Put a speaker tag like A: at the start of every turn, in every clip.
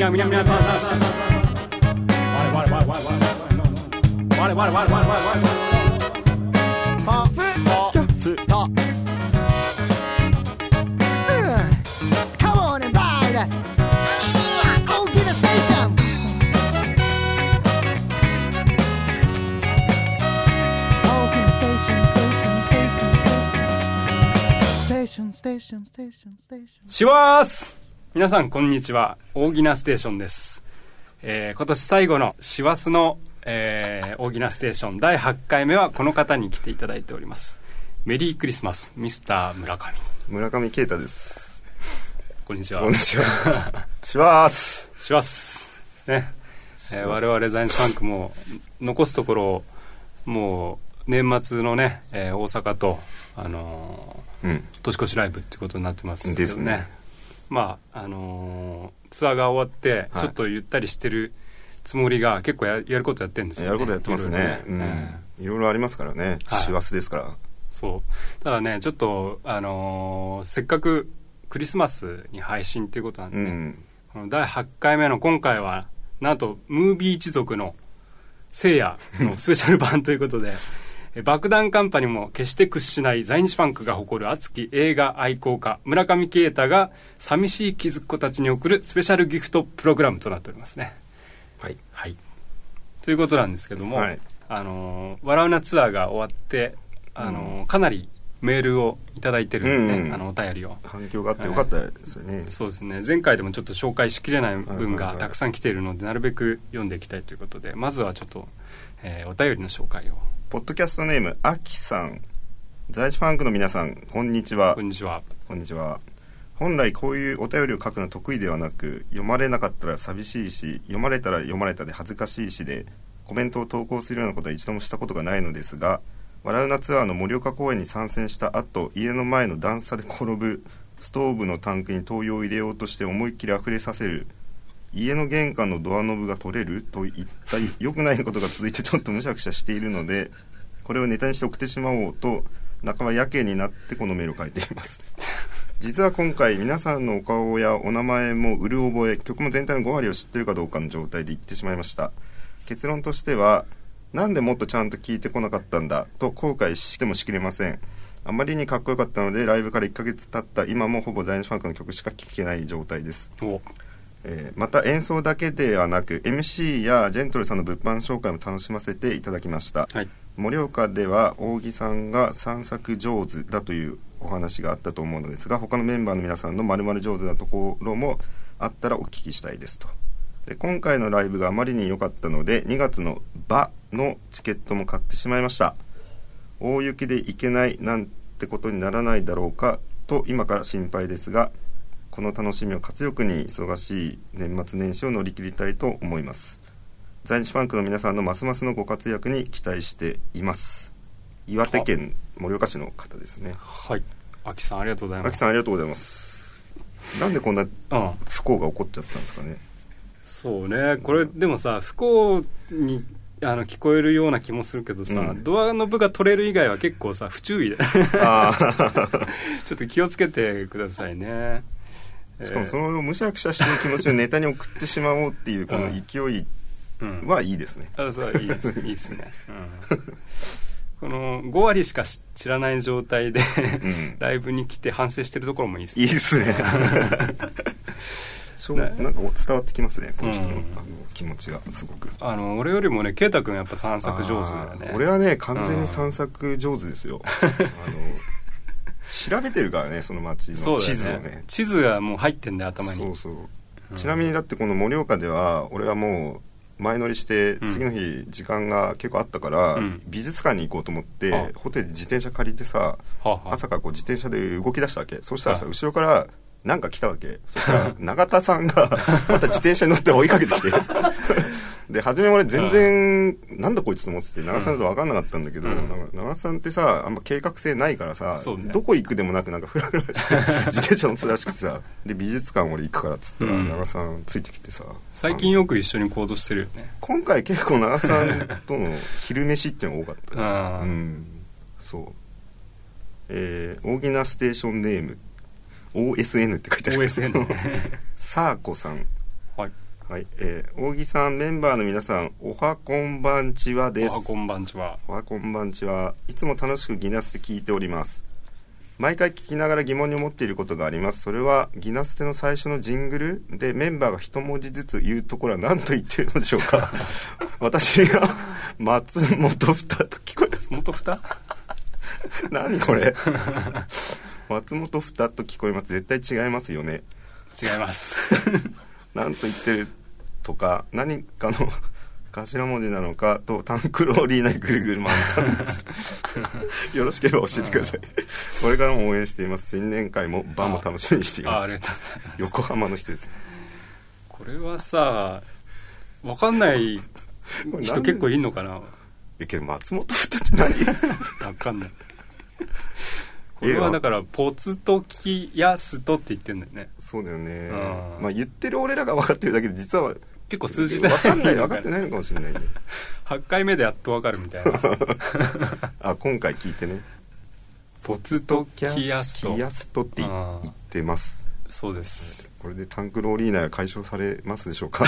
A: しわーす。皆さんこんにちは。大喜なステーションです。今年最後の師走の、大喜なステーション第8回目はこの方に来ていただいております。メリークリスマスミスター村
B: 上啓太です。
A: こんにちは。
B: こんにちは。しわーす。
A: しわーすね。我々在日ファンクも残すところもう年末のね、大阪と年越しライブってことになってますけどね。ですね。まあツアーが終わってちょっとゆったりしてるつもりが結構やることやってるんですよね。
B: やることやってますね。いろいろありますからね。師走ですから。
A: そうただねちょっとせっかくクリスマスに配信ということなんで、ねこの第8回目の今回はなんとムービー一族の聖夜のスペシャル版ということで爆弾カンパニーも決して屈しない在日ファンクが誇る熱き映画愛好家村上啓太が寂しい気づく子たちに送るスペシャルギフトプログラムとなっておりますね。はい、はい、ということなんですけども、はい、笑うなツアーが終わってかなりメールをいただいてるんでね、お便りを
B: 反響があってよかったですよね。
A: そうですね。前回でもちょっと紹介しきれない文がたくさん来ているのでなるべく読んでいきたいということでまずはちょっと、お便りの紹介を。
B: ポッドキャストネームあきさん。在地ファンクの皆さんこんにちは。
A: こんにちは。
B: こんにちは。本来こういうお便りを書くの得意ではなく読まれなかったら寂しいし読まれたら読まれたで恥ずかしいしでコメントを投稿するようなことは一度もしたことがないのですが笑うなツアーの盛岡公演に参戦した後家の前の段差で転ぶストーブのタンクに灯油を入れようとして思いっきり溢れさせる家の玄関のドアノブが取れるといった良くないことが続いてちょっとむしゃくしゃしているのでこれをネタにして送ってしまおうと半ばやけになってこのメールを書いています実は今回皆さんのお顔やお名前もうる覚え曲も全体の5割を知っているかどうかの状態で言ってしまいました。結論としてはなんでもっとちゃんと聞いてこなかったんだと後悔してもしきれません。あまりにかっこよかったのでライブから1ヶ月経った今もほぼ在日ファンクの曲しか聴けない状態です。また演奏だけではなく MC やジェントルさんの物販紹介も楽しませていただきました、はい、盛岡では扇さんが散策上手だというお話があったと思うのですが他のメンバーの皆さんの〇〇上手なところもあったらお聞きしたいですと。で今回のライブがあまりに良かったので2月のバのチケットも買ってしまいました。大雪で行けないなんてことにならないだろうかと今から心配ですがこの楽しみを活力に忙しい年末年始を乗り切りたいと思います。在日ファンクの皆さんのますますのご活躍に期待しています。岩手県盛岡市の方ですね。
A: はい、秋さんありがとうございます。
B: 秋さんありがとうございます。なんでこんな不幸が起こっちゃったんですかね。
A: そうね、これでもさ不幸に聞こえるような気もするけどさ、ドアノブが取れる以外は結構さ不注意でちょっと気をつけてくださいね。
B: しかもそのむしゃくしゃしてる気持ちをネタに送ってしまおうっていうこの勢いはいいですね、
A: そういいですいいですね、この5割しか知らない状態でライブに来て反省してるところもいいですね。
B: いいですねなんか伝わってきますねこの人の、気持ちがすごく
A: 俺よりもね啓太君やっぱ散策上手だよね。
B: 俺はね完全に散策上手ですよ調べてるからねその街の地図を ね
A: 地図がもう入ってんだよ頭に。
B: そうそう、ちなみにだってこの盛岡では俺はもう前乗りして次の日時間が結構あったから、美術館に行こうと思って、ホテルで自転車借りてさ、朝からこう自転車で動き出したわけ。そしたらさ後ろからなんか来たわけ。そしたら永田さんがまた自転車に乗って追いかけてきてで初め俺全然なんだこいつと思ってて長田さんだと分かんなかったんだけど、長田さんってさあんま計画性ないからさ、どこ行くでもなくなんかフラフラして自転車乗ってたらしくてさで美術館俺行くからっつったら、長田さんついてきてさ
A: 最近よく一緒に行動してるよね。
B: 今回結構長田さんとの昼飯っていうのが多かったねそう。大喜なステーションネームOSN って書いてある。
A: OSN
B: サーコさん、 はい、扇さん、メンバーの皆さん、おはこんばんちはです。
A: おはこんばんちは。
B: おはこんばんちは。いつも楽しくギナステ聞いております。毎回聞きながら疑問に思っていることがあります。それはギナステの最初のジングルでメンバーが一文字ずつ言うところは何と言っているのでしょうか。私が松本ふたと聞こえます。
A: 松本ふた
B: 何これ。松本ふたと聞こえます。絶対違いますよね。
A: 違います。
B: 何と言ってるとか何かの頭文字なのかとタンクローリーナぐるぐる回ったんです。よろしければ教えてください。これからも応援しています。新年会も晩も楽しみにしています。
A: ありがとうございます。
B: 横浜の人です。
A: これはさ、分かんない人結構いんのかな。
B: けど松本ふたって何。
A: 分かんない。これはだからポツとキヤスとって言ってんだよね。
B: そうだよね。まあ言ってる俺らが分かってるだけで実は
A: 結構通じてない。
B: 分かってないのかもしれないね。
A: 8回目でやっと分かるみたいな。
B: あ、今回聞いてね。
A: ポツとキヤス
B: トって言ってます。
A: そうです。
B: これでタンクローリーナが解消されますでしょうか。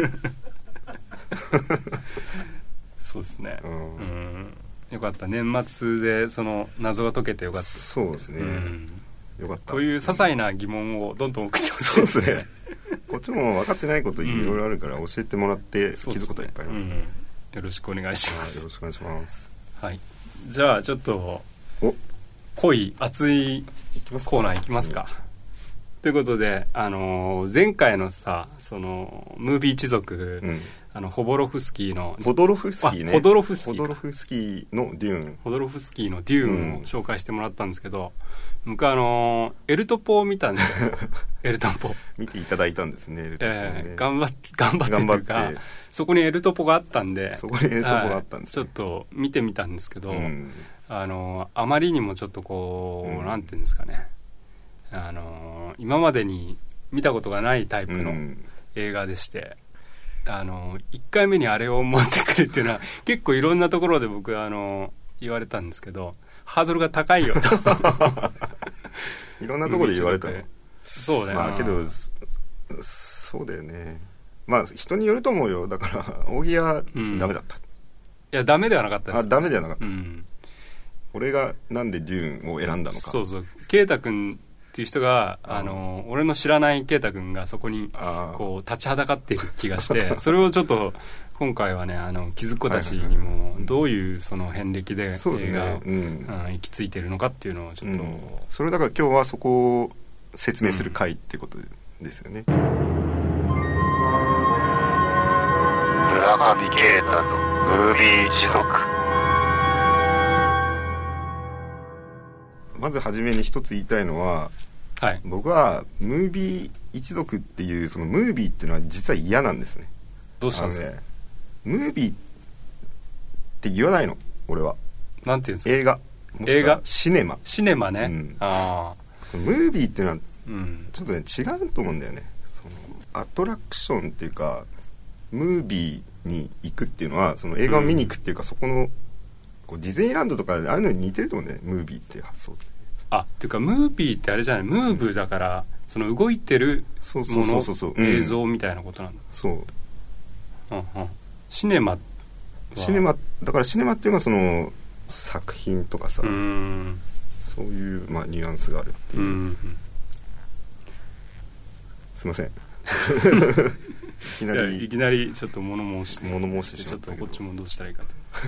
A: そうですね。よかった。年末でその謎が解けてよかった。
B: そうですね。よかった。
A: こういう些細な疑問をどんどん送ってほしいですね。
B: そうですね。こっちも分かってないこといろいろあるから教えてもらって気づくことはいっぱいあります。
A: よろしくお願いします。
B: よろしくお願いします。
A: はい。じゃあちょっと濃い熱いコーナーいきますか。ということで、前回のさ、そのムービー一族、ホボロフスキーの
B: ホドロフスキーね。
A: ホドロフスキ
B: ーのデューン。
A: ホドロフスキーのデューンを紹介してもらったんですけど、僕エルトポを見たんですよ。エルトポ
B: 見ていただいたんですね。エルトポね。
A: 頑張ってというか、そこにエルトポがあったんで、
B: そこにエルトポがあったんです、
A: ちょっと見てみたんですけど、あまりにもちょっとこう、なんていうんですかね、今までに見たことがないタイプの映画でして、1回目にあれを持ってくるっていうのは結構いろんなところで僕言われたんですけど、ハードルが高いよと。
B: いろんなところで言われたの。
A: そうね。
B: まあけどそうだよね。まあ人によると思うよ。だから大木はダメだった。い
A: やダメではなかったです。
B: ダメではなかった。俺がなんでデューンを選んだのか。
A: そうそう。ケイタ君っていう人が俺の知らないケイタ君がそこにこう立ちはだかっている気がして、それをちょっと今回はね、気づく子たちにもどういうその遍歴で映画行き着いているのかっていうのをちょっと、
B: それだから今日はそこを説明する回ってことですよね。村
C: 上啓太のムービー一族。
B: まずはじめに一つ言いたいのは、
A: はい、
B: 僕はムービー一族っていうそのムービーっていうのは実は嫌なんですね。
A: どうしたんですか？
B: ムービーって言わないの、俺は。
A: なんていうんですか？
B: 映画、もしくはシネマ
A: ね、
B: ムービーっていうのはちょっとね違うと思うんだよね。そのアトラクションっていうかムービーに行くっていうのはその映画を見に行くっていうか、そこのこうディズニーランドとかああいうのに似てると思うんだよね、ムービーっていう発想って。
A: っていうかムービーってあれじゃない、ムーブだからその動いてるもの、映像みたいなことなんだ。
B: そう、
A: シネマ
B: だからシネマっていうのはその作品とかさ、そういう、まあ、ニュアンスがあるっていう、すいません。
A: いきなりちょっと物申して
B: しまった
A: ちょっとこっちもどうしたらいいか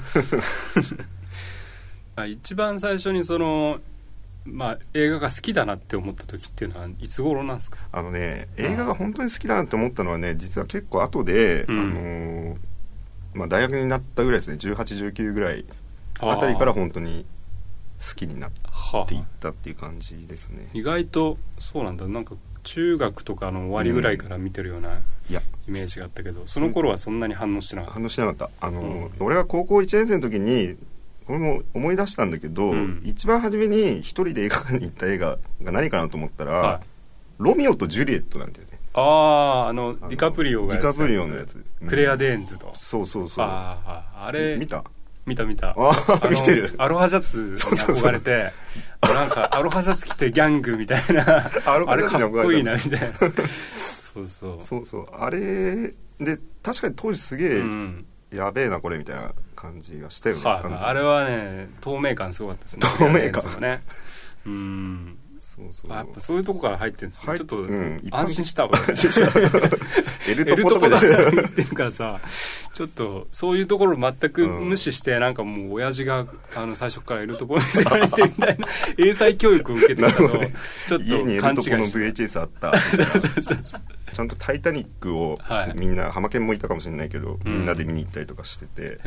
A: と。一番最初にその映画が好きだなって思った時っていうのはいつ頃なんですか？
B: 映画が本当に好きだなって思ったのはね、実は結構後で、大学になったぐらいですね。18、19ぐらいあたりから本当に好きになっていったっていう感じですね。
A: 意外とそうなんだ。なんか中学とかの終わりぐらいから見てるようなイメージがあったけど、その頃はそんなに反応してなかった。
B: 反応してなかった。俺が高校1年生の時にこれも思い出したんだけど、一番初めに一人で映画館に行った映画が何かなと思ったら、ロミオとジュリエットなんだよね。
A: ディカプリオがやつ、
B: ディカプリオのやつ、
A: クレア・デーンズと。
B: そう
A: あれ
B: 見た
A: 見てる。アロハシャツに憧れて、なんかアロハシャツ着てギャングみたいな、あれかっこいいなみたいな。そう
B: あれで確かに当時すげえやべえなこれみたいな感じがしたよね、
A: あれはね透明感すごかったですね。
B: 透明感
A: ね
B: そうそう、
A: やっぱそういうとこから入ってるんですね。ちょっと、安心したわ
B: エルトポトフ
A: っていうかさ、ちょっとそういうところ全く無視して、なんかもう親父が最初からエルトポ見せられてみたいな英才教育を受けてきたのをちょっと勘違いして、
B: 家にエルトポの VHS あったちゃんとタイタニックをみんな、ハマケンもいたかもしれないけど、みんなで見に行ったりとかしてて、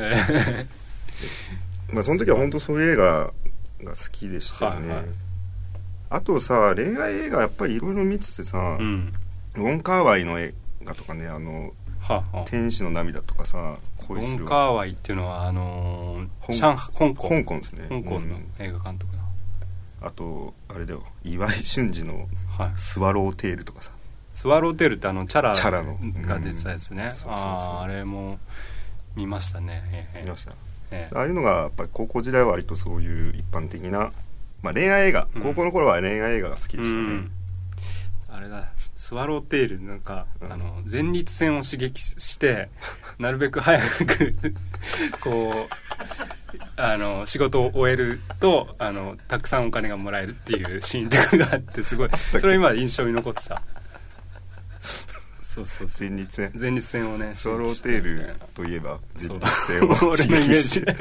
B: まあその時は本当そういう映画が好きでしたよね。あとさ、恋愛映画やっぱりいろいろ見ててさ、ウォン・カーワイの映画とかね、天使の涙とかさ、
A: ウォン・カーワイっていうのは香港ですね。香港の映画監督だ。
B: あとあれだよ、岩井俊二のスワローテールとかさ、
A: スワローテールってチャラのが出てたやつね。あれも見ましたね。
B: 見ました、ああいうのがやっぱり高校時代は割とそういう一般的な、まあ、恋愛映画、高校の頃は恋愛映画が好きでしたね、
A: あれだ、スワローテールなんか、前立腺を刺激してなるべく早くこう仕事を終えるとたくさんお金がもらえるっていうシーンとかがあって、すごいそれ今印象に残ってた。そう
B: 前立
A: 腺をね、
B: スワローテールといえば前立腺を刺激して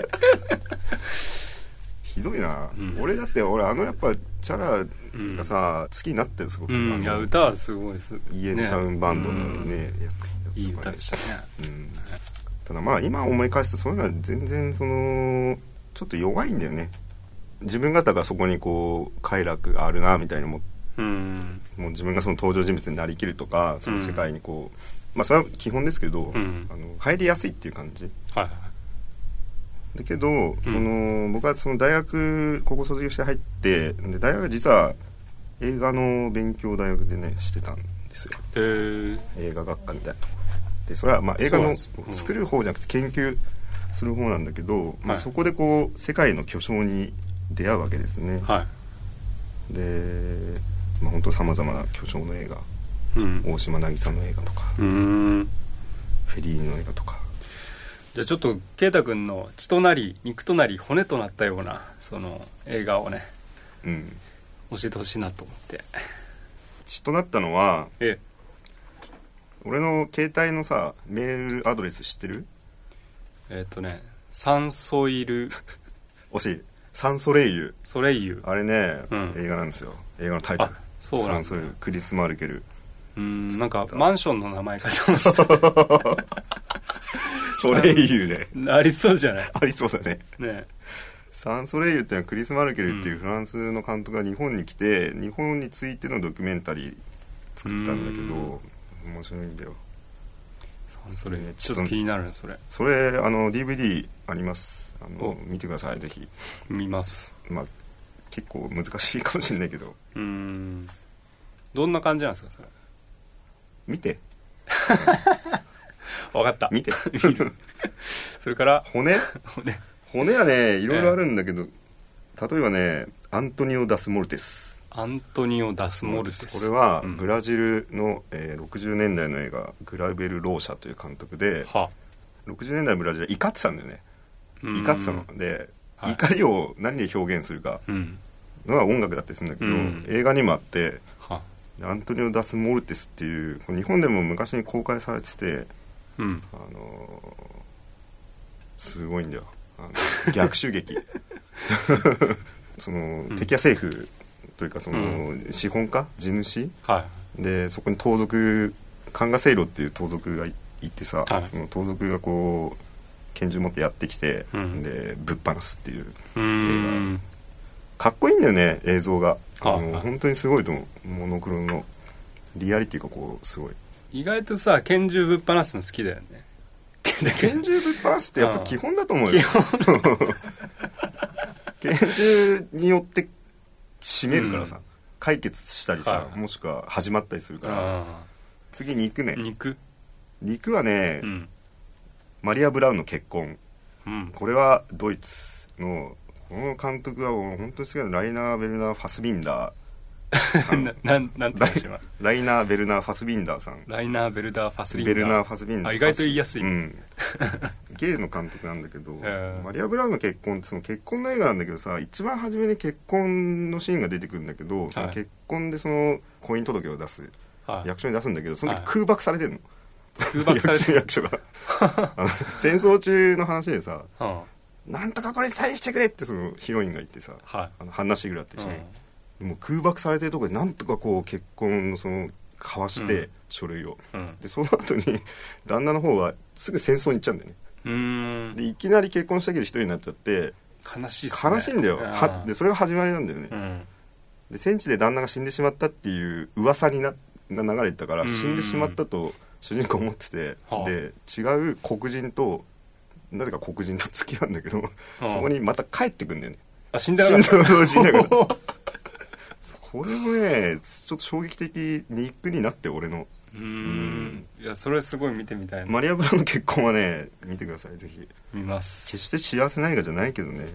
B: ひどいな、俺だってやっぱチャラがさ、好きになってるすごく、
A: いや歌はすごいです。
B: イエンタウンバンドのね、
A: いい歌でしたね。
B: ただまあ今思い返すとそういうのは全然ちょっと弱いんだよね。自分方がそこにこう快楽があるなみたいなもう自分がその登場人物になりきるとか、その世界にこう、まあそれは基本ですけど、入りやすいっていう感じ、だけど、僕はその大学高校卒業して入って、で大学実は映画の勉強を大学でねしてたんですよ、映画学科みたいなとこで、それはまあ映画の作る方じゃなくて研究する方なんだけど、まあ、そこでこう世界の巨匠に出会うわけですね、で、まあ、本当さまざまな巨匠の映画、大島渚の映画とか、フェリーニの映画とか。
A: じゃあちょっと圭太君の血となり肉となり骨となったようなその映画をね、教えてほしいなと思って。
B: 血となったのは、俺の携帯のさメールアドレス知ってる？
A: サンソイル
B: 惜しい、サンソレイユ、あれね、映画なんですよ。映画のタイトル、
A: そうなんですね。
B: サンソレイユ、クリス・マルケル。
A: なんかマンションの名前かと思ってた
B: ソレイユね、
A: ありそうじゃない？
B: ありそうだね。
A: ね、
B: サンソレイユっていうのはクリス・マルケルっていうフランスの監督が日本に来て、日本についてのドキュメンタリー作ったんだけど、面白いんだよ。
A: サンソレイユ、ちょっと気になるね。それ
B: DVD あります。見てください、ぜひ。
A: 見ます。
B: まあ結構難しいかもしれないけど。
A: どんな感じなんですかそれ？
B: 見て
A: 分かった、
B: 見て
A: それから
B: 骨はねいろいろあるんだけど、例えばねアントニオ・ダス・モルテス。これはブラジルの、60年代の映画グラベル・ローシャという監督で、60年代のブラジルは怒ってたんだよね。怒ってたので、怒りを何で表現するかのは音楽だったりするんだけど、映画にもあって、アントニオ・ダス・モルテスっていう日本でも昔に公開されてて、すごいんだよ、逆襲撃その敵や政府というかその、資本家地主、でそこに盗賊カンガセイロっていう盗賊がいてさ、その盗賊がこう拳銃持ってやってきて、でぶっ放すっていう映画。かっこいいんだよね、映像が。本当にすごいと思う。モノクロのリアリティがこうすごい。
A: 意外とさ拳銃ぶっ放すの好きだよね。
B: 拳銃ぶっ放すってやっぱ基本だと思うよ。拳銃によって締めるからさ、解決したりさ、もしくは始まったりするから。次肉ね。肉はね、マリア・ブラウンの結婚、これはドイツのこの監督はもう本当に好きなライナー・ベルナー・ファスビンダー
A: なんて言いました今。
B: ライナー・ベルナー・ファスビンダーさん。
A: ライナー・ベルダー・ファスリンダー。
B: ベルナー・ファスビンダー。
A: 意外と言いやすい。
B: ゲイの監督なんだけど、マリア・ブラウンの結婚ってその結婚の映画なんだけどさ、一番初めに結婚のシーンが出てくるんだけど、その結婚でその婚姻届を出す、役所に出すんだけど、その時空爆されてるの。
A: 空爆されてる
B: 役所が戦争中の話でさ、なんとかこれサインしてくれってそのヒロインが言ってさ、ハンナ・シグラっていう人に、もう空爆されてるところでなんとかこう結婚のその交わして、書類を、でその後に旦那の方はすぐ戦争に行っちゃうんだよね。でいきなり結婚したけど一人になっちゃって
A: 悲しいっすね。
B: 悲しいんだよ。でそれが始まりなんだよね。で戦地で旦那が死んでしまったっていう噂が流れてたから、死んでしまったと主人公思ってて、で違う黒人となぜか黒人と付き合うんだけど、そこにまた帰ってくんだよね。
A: 死んだから
B: これもねちょっと衝撃的肉になって俺の。
A: いやそれすごい見てみたいな。
B: マリア・ブラウンの結婚はね見てください、ぜひ。
A: 見ます。
B: 決して幸せな映画じゃないけどね。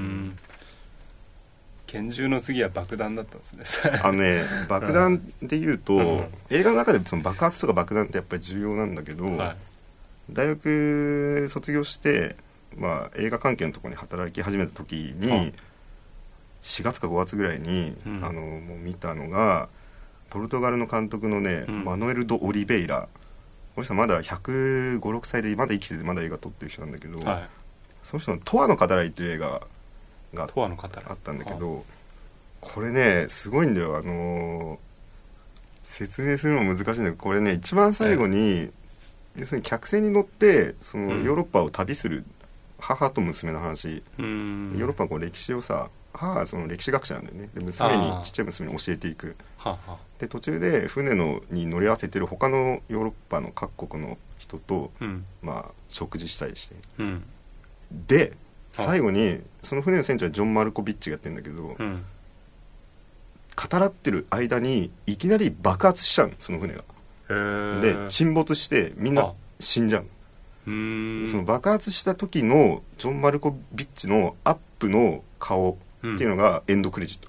A: 拳銃の次は爆弾だったんですね。
B: 爆弾でいうと、映画の中でその爆発とか爆弾ってやっぱり重要なんだけど、大学卒業して、映画関係のところに働き始めた時に、4月か5月ぐらいに、もう見たのがポルトガルの監督のね、マノエル・ド・オリベイラ。この人はまだ105、6歳でまだ生きててまだ映画撮ってる人なんだけど、その人の「トアの語らい」っていう映画があったんだけど、これねすごいんだよ。説明するのも難しいんだけど、これね一番最後に、要するに客船に乗ってそのヨーロッパを旅する母と娘の話。ヨーロッパのこう歴史をさ、母はその歴史学者なんだよね。でちっちゃい娘に教えていく。で途中で船に乗り合わせてる他のヨーロッパの各国の人と、食事したりして、で最後にその船の船長はジョン・マルコビッチがやってるんだけど、語らってる間にいきなり爆発しちゃうの、その船が。で沈没してみんな死んじゃう。その爆発した時のジョン・マルコビッチのアップの顔っていうのがエンドクレジ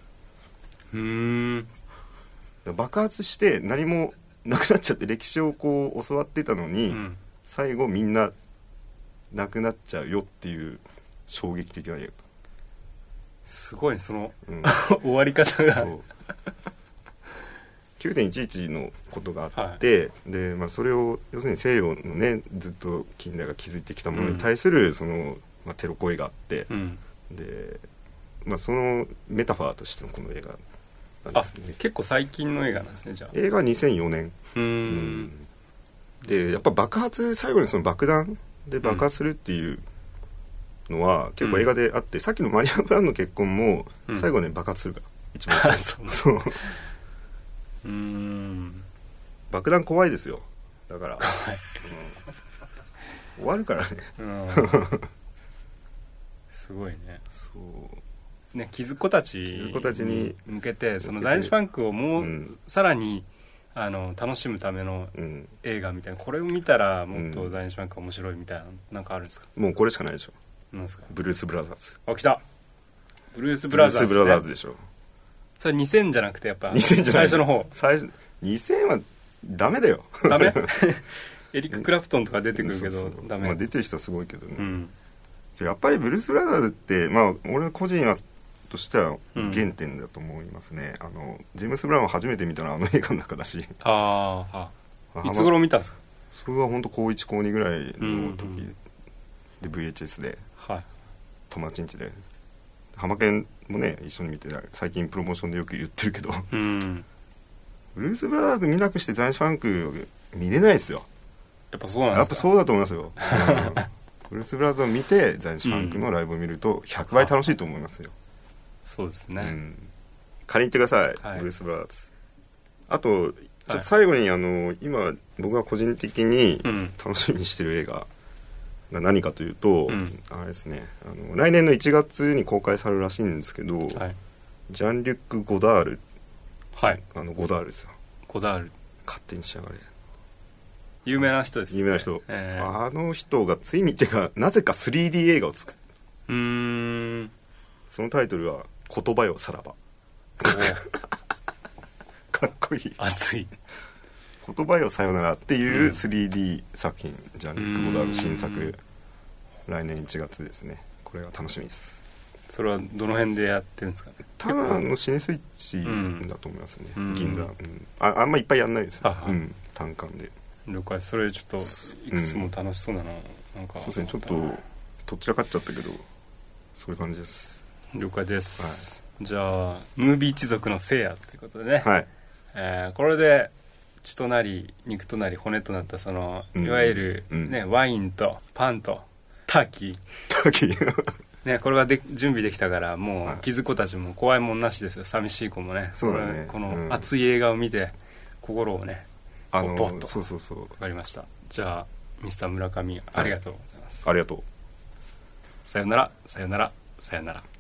B: ット。爆発して何もなくなっちゃって、歴史をこう教わってたのに、最後みんななくなっちゃうよっていう衝撃的な映画。
A: すごいねその、終わり方が。そう
B: 9.11 のことがあって、でそれを要するに西洋のねずっと近代が築いてきたものに対するその、テロ行為があって、でそのメタファーとしてのこの映画なんですね。
A: 結構最近の映画なんですね。じゃあ
B: 映画は2004年。でやっぱ爆発、最後にその爆弾で爆発するっていうのは結構映画であって、さっきのマリア・ブラウンの結婚も最後ね、爆発するから一番そう爆弾怖いですよ。だから終わるからね。
A: すごいね。
B: そう
A: ね、気づく子たちに向けてその在日ファンクをもうさらに楽しむための映画みたいな、これを見たらもっと在日ファンクが面白いみたいな、なんかあるんですか？
B: もうこれしかないでしょ。
A: なんですか？
B: ブルース・ブラザーズ。
A: 来た。ブルース・ブラザーズ、ね、
B: ブルース・ブラザーズでしょ。
A: それ2000じゃなくてやっぱ
B: 2000じゃない、
A: 最初の方。
B: 2000はダメだよ。
A: ダメ？エリック・クラプトンとか出てくるけどダメ。
B: 出てる人はすごいけどね。やっぱりブルース・ブラザーズって俺個人としては原点だと思いますね。ジェームス・ブラウンを初めて見たのは映画の中だし。いつ頃見たんですか？それは本当高1高2ぐらいの時で VHS で、友達ん家で浜県もね一緒に見て、最近プロモーションでよく言ってるけど、ブルース・ブラザーズ見なくして在日ファンク見れないですよ。
A: やっぱそうなんですか？
B: やっぱそうだと思いますよ。ブルース・ブラザーズを見て在日ファンクのライブを見ると100倍楽しいと思いますよ。
A: そうですね。
B: 借りに行ってください、ブルース・ブラザーズ。あとちょっと最後に今僕が個人的に楽しみにしてる映画が何かというと、あれですね、来年の1月に公開されるらしいんですけど、ジャン・リュック・ゴダール、ゴダールですよ。ゴダール、勝手にしやがれ。
A: 有名な人ですね。
B: 有名な人、あの人がついになぜか 3D 映画を作る。そのタイトルは言葉よさらば。 かっこいい
A: 熱い
B: 言葉よさよならっていう 3D 作品、ジャン・ルック・ゴダール新作、来年1月ですね。これは楽しみです。
A: それはどの辺でやってるんですかね。
B: 多分シネスイッチだと思いますね、銀座、あんまいっぱいやんないですよ、単館で。
A: 了解。それちょっといくつも楽しそうだな、なんか
B: そうですね、ちょっととっちらかっちゃったけどそういう感じです。
A: 了解です、じゃあムービー一族の聖夜ということでね、これで血となり肉となり骨となったその、いわゆる、ね、ワインとパンとターキーね、これが準備できたからもうキズ子たちも怖いもんなしですよ。寂しい子もね。
B: そうだね、
A: この熱い映画を見て心をねポッと。
B: そう
A: 分かりました。じゃあミスター村上ありがとうございます、
B: ありがとう。
A: さよならさよならさよなら。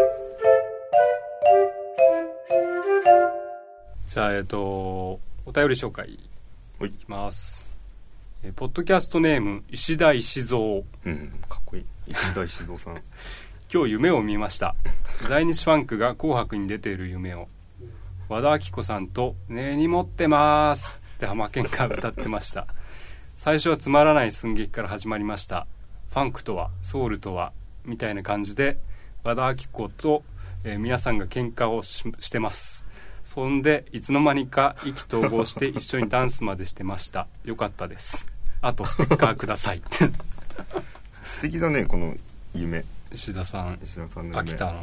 A: じゃあお便り紹介いきます。ポッドキャストネーム石田石蔵、
B: かっこいい。石田石蔵さん
A: 今日夢を見ました。在日ファンクが紅白に出ている夢を和田アキ子さんと根に持ってますってハマケンが歌ってました。最初はつまらない寸劇から始まりました。ファンクとはソウルとはみたいな感じで和田アキ子と、皆さんが喧嘩をしてます。そんでいつの間にか意気投合して一緒にダンスまでしてました。よかったです。あとステッカーください
B: 素敵だねこの夢。
A: 石田さん
B: の夢、
A: 秋田の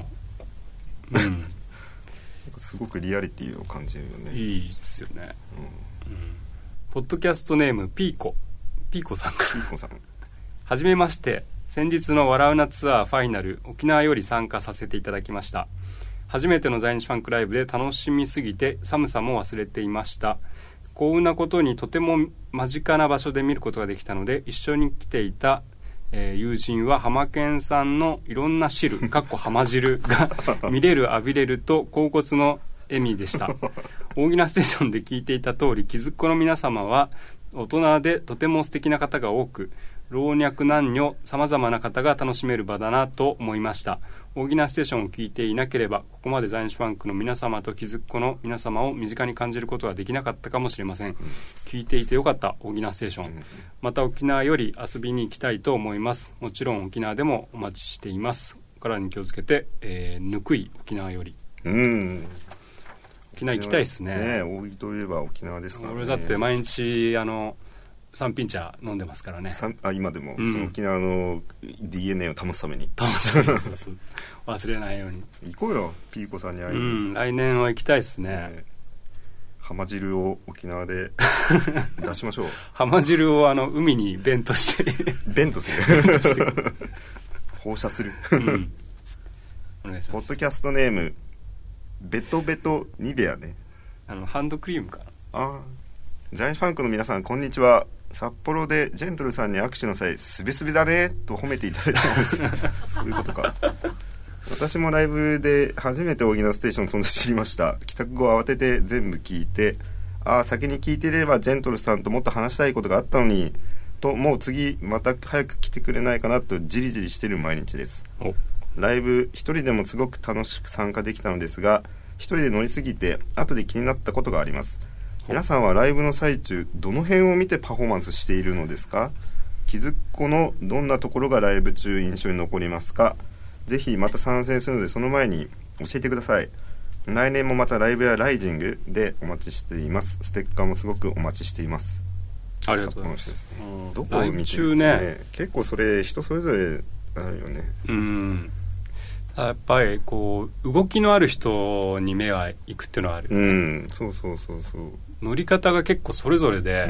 B: すごくリアリティを感じるよね。
A: いいですよね、ポッドキャストネームピーコさんから。
B: ピーコさん
A: はじめまして。先日の笑うなツアーファイナル沖縄より参加させていただきました。初めての在日ファンクライブで楽しみすぎて寒さも忘れていました。幸運なことにとても間近な場所で見ることができたので、一緒に来ていた、友人は浜健さんのいろんな汁浜汁が見れる浴びれると恍惚の笑みでした。大喜なステーションで聞いていた通り、キズっ子の皆様は大人でとても素敵な方が多く、老若男女さまざまな方が楽しめる場だなと思いました。大喜なステーションを聞いていなければ、ここまで在日ファンクの皆様とキズっ子の皆様を身近に感じることはできなかったかもしれません。聞いていてよかった大喜なステーション。また沖縄より遊びに行きたいと思います。もちろん沖縄でもお待ちしています。お体に気をつけて、ぬくい沖縄より。沖縄行きたいですね。
B: 大喜といえば沖縄ですからね。
A: 俺だって毎日三品茶飲んでますからね。
B: 今でも、その沖縄の DNA を保つために
A: 忘れないように
B: 行こうよ、ピーコさんに会いに。
A: 来年は行きたいですね。
B: 浜汁を沖縄で出しましょう。
A: 浜汁を海にベントして
B: ベントする放射する、
A: お願いします。
B: ポッドキャストネームベトベトニベアね。
A: ハンドクリームかな。
B: 在日ファンクの皆さんこんにちは。札幌でジェントルさんに握手の際スベスベだねと褒めていただいてますそういうことか。私もライブで初めて大喜なステーションの存在知りました。帰宅後慌てて全部聞いて、先に聞いていればジェントルさんともっと話したいことがあったのにと、もう次また早く来てくれないかなとじりじりしてる毎日です。ライブ一人でもすごく楽しく参加できたのですが、一人で乗りすぎて後で気になったことがあります。皆さんはライブの最中どの辺を見てパフォーマンスしているのですか？キズっ子のどんなところがライブ中印象に残りますか？ぜひまた参戦するのでその前に教えてください。来年もまたライブやライジングでお待ちしています。ステッカーもすごくお待ちしています。
A: ありがとうございます。
B: どこを見てるね、結構それ人それぞれあるよね。
A: やっぱりこう動きのある人に目は行くっていうのはあるよね。
B: そう
A: 乗り方が結構それぞれで、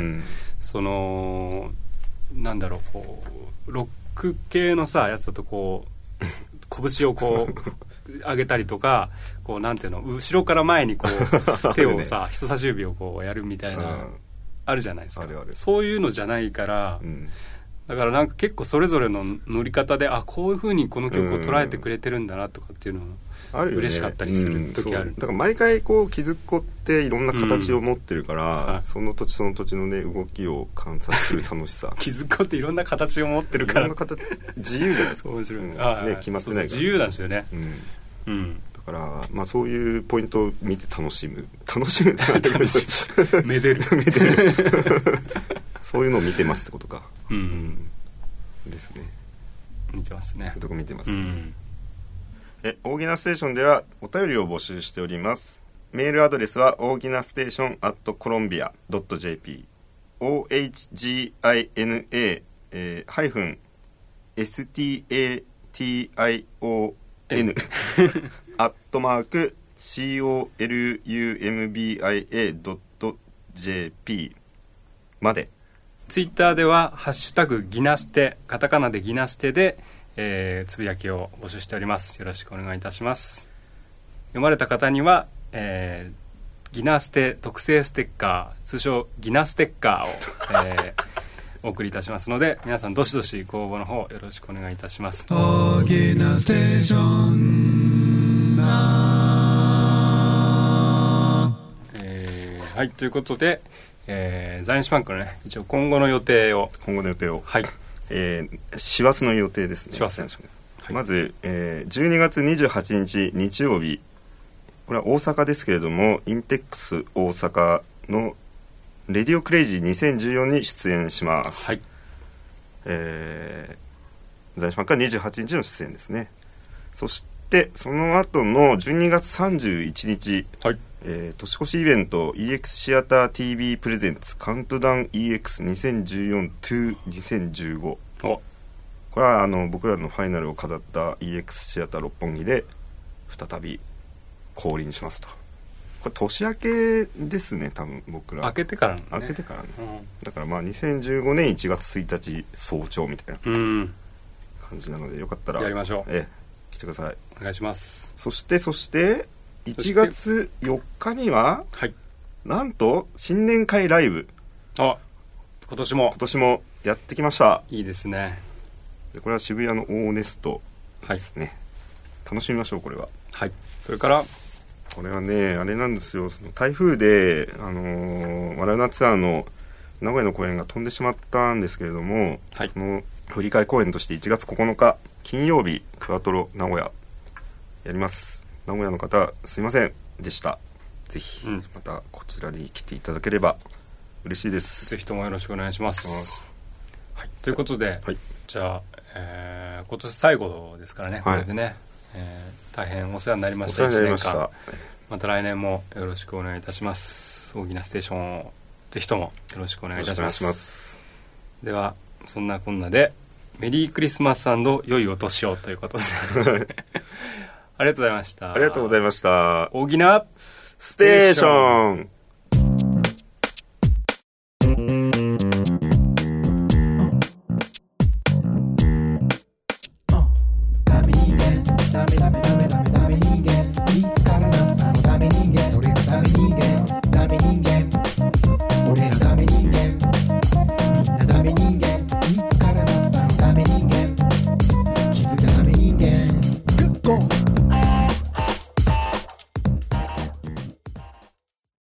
A: なんだろう、こうロック系のさやつだとこう拳をこう上げたりとか、こうなんていうの、後ろから前にこう手をさ、人差し指をこうやるみたいな、あるじゃないですか。そういうのじゃないから、だからなんか結構それぞれの乗り方で、こういう風にこの曲を捉えてくれてるんだなとかっていうのは嬉しかったりする時ある。
B: だから毎回こうキズっ子っていろんな形を持ってるから、その土地その土地のね動きを観察する楽しさ。
A: キズっ子っていろんな形を持ってるから、
B: いろんな形自由じゃないですか。
A: 面白い
B: ね、決まってないから
A: 自由なんですよね。
B: だだから、まあ、そういうポイントを見て楽しむってなってくる
A: めでる
B: そういうのを見てますってことか。ですね。
A: 見てますね。
B: そういうとこ見てますね。大喜なステーションではお便りを募集しております。メールアドレスは大喜なステーション@columbia.jp ohgina STATION COLUMBIA.jp まで。
A: ツイッターではハッシュタグギナステ、カタカナでギナステで、つぶやきを募集しております。よろしくお願いいたします。読まれた方には、ギナステ特製ステッカー、通称ギナステッカーを、お送りいたしますので、皆さんどしどしご応募の方よろしくお願いいたします。大喜なステーションはい、ということで、ザインシュパンクのね、一応今後の予定を、はい、
B: 師走の予定ですね。
A: 師走、はい、
B: まず、12月28日日曜日、これは大阪ですけれども、インテックス大阪のレディオクレイジー2014に出演します。
A: はい。
B: ザインシュパンクは28日の出演ですね。そしてその後の12月31日、
A: はい、
B: 年越しイベント EX シアター TV プレゼンツカウントダウン EX2014 to 2015。これは僕らのファイナルを飾った EX シアター六本木で再び降臨しますと。これ年明けですね、多分僕ら
A: 明けてからね。
B: だからまあ2015年1月1日早朝みたいな感じなので、よかったら
A: やりましょう。
B: 来てください。
A: お願いします。
B: そして1月4日には、
A: はい、
B: なんと新年会ライブ、
A: 今年も
B: やってきました。
A: いいですね。
B: でこれは渋谷のオーネストですね、はい、楽しみましょう。これは、
A: はい、それから
B: これはね、あれなんですよ、その台風で笑うなツアーの名古屋の公演が飛んでしまったんですけれども、
A: はい、
B: その振り替え公演として1月9日金曜日クワトロ名古屋やります。名古屋の方すいませんでした。ぜひまたこちらに来ていただければ嬉しいです。
A: ぜひともよろしくお願いします。はい、ということで、
B: はい、
A: じゃあ、今年最後ですからね、これでね、大変お世話になりました。1年間また来年もよろしくお願いいたします。大喜なステーションをぜひともよろしくお願いいたします。ではそんなこんなでメリークリスマス&良いお年をということでありがとうございました。
B: ありがとうございました。
A: 大喜な
B: ステーション。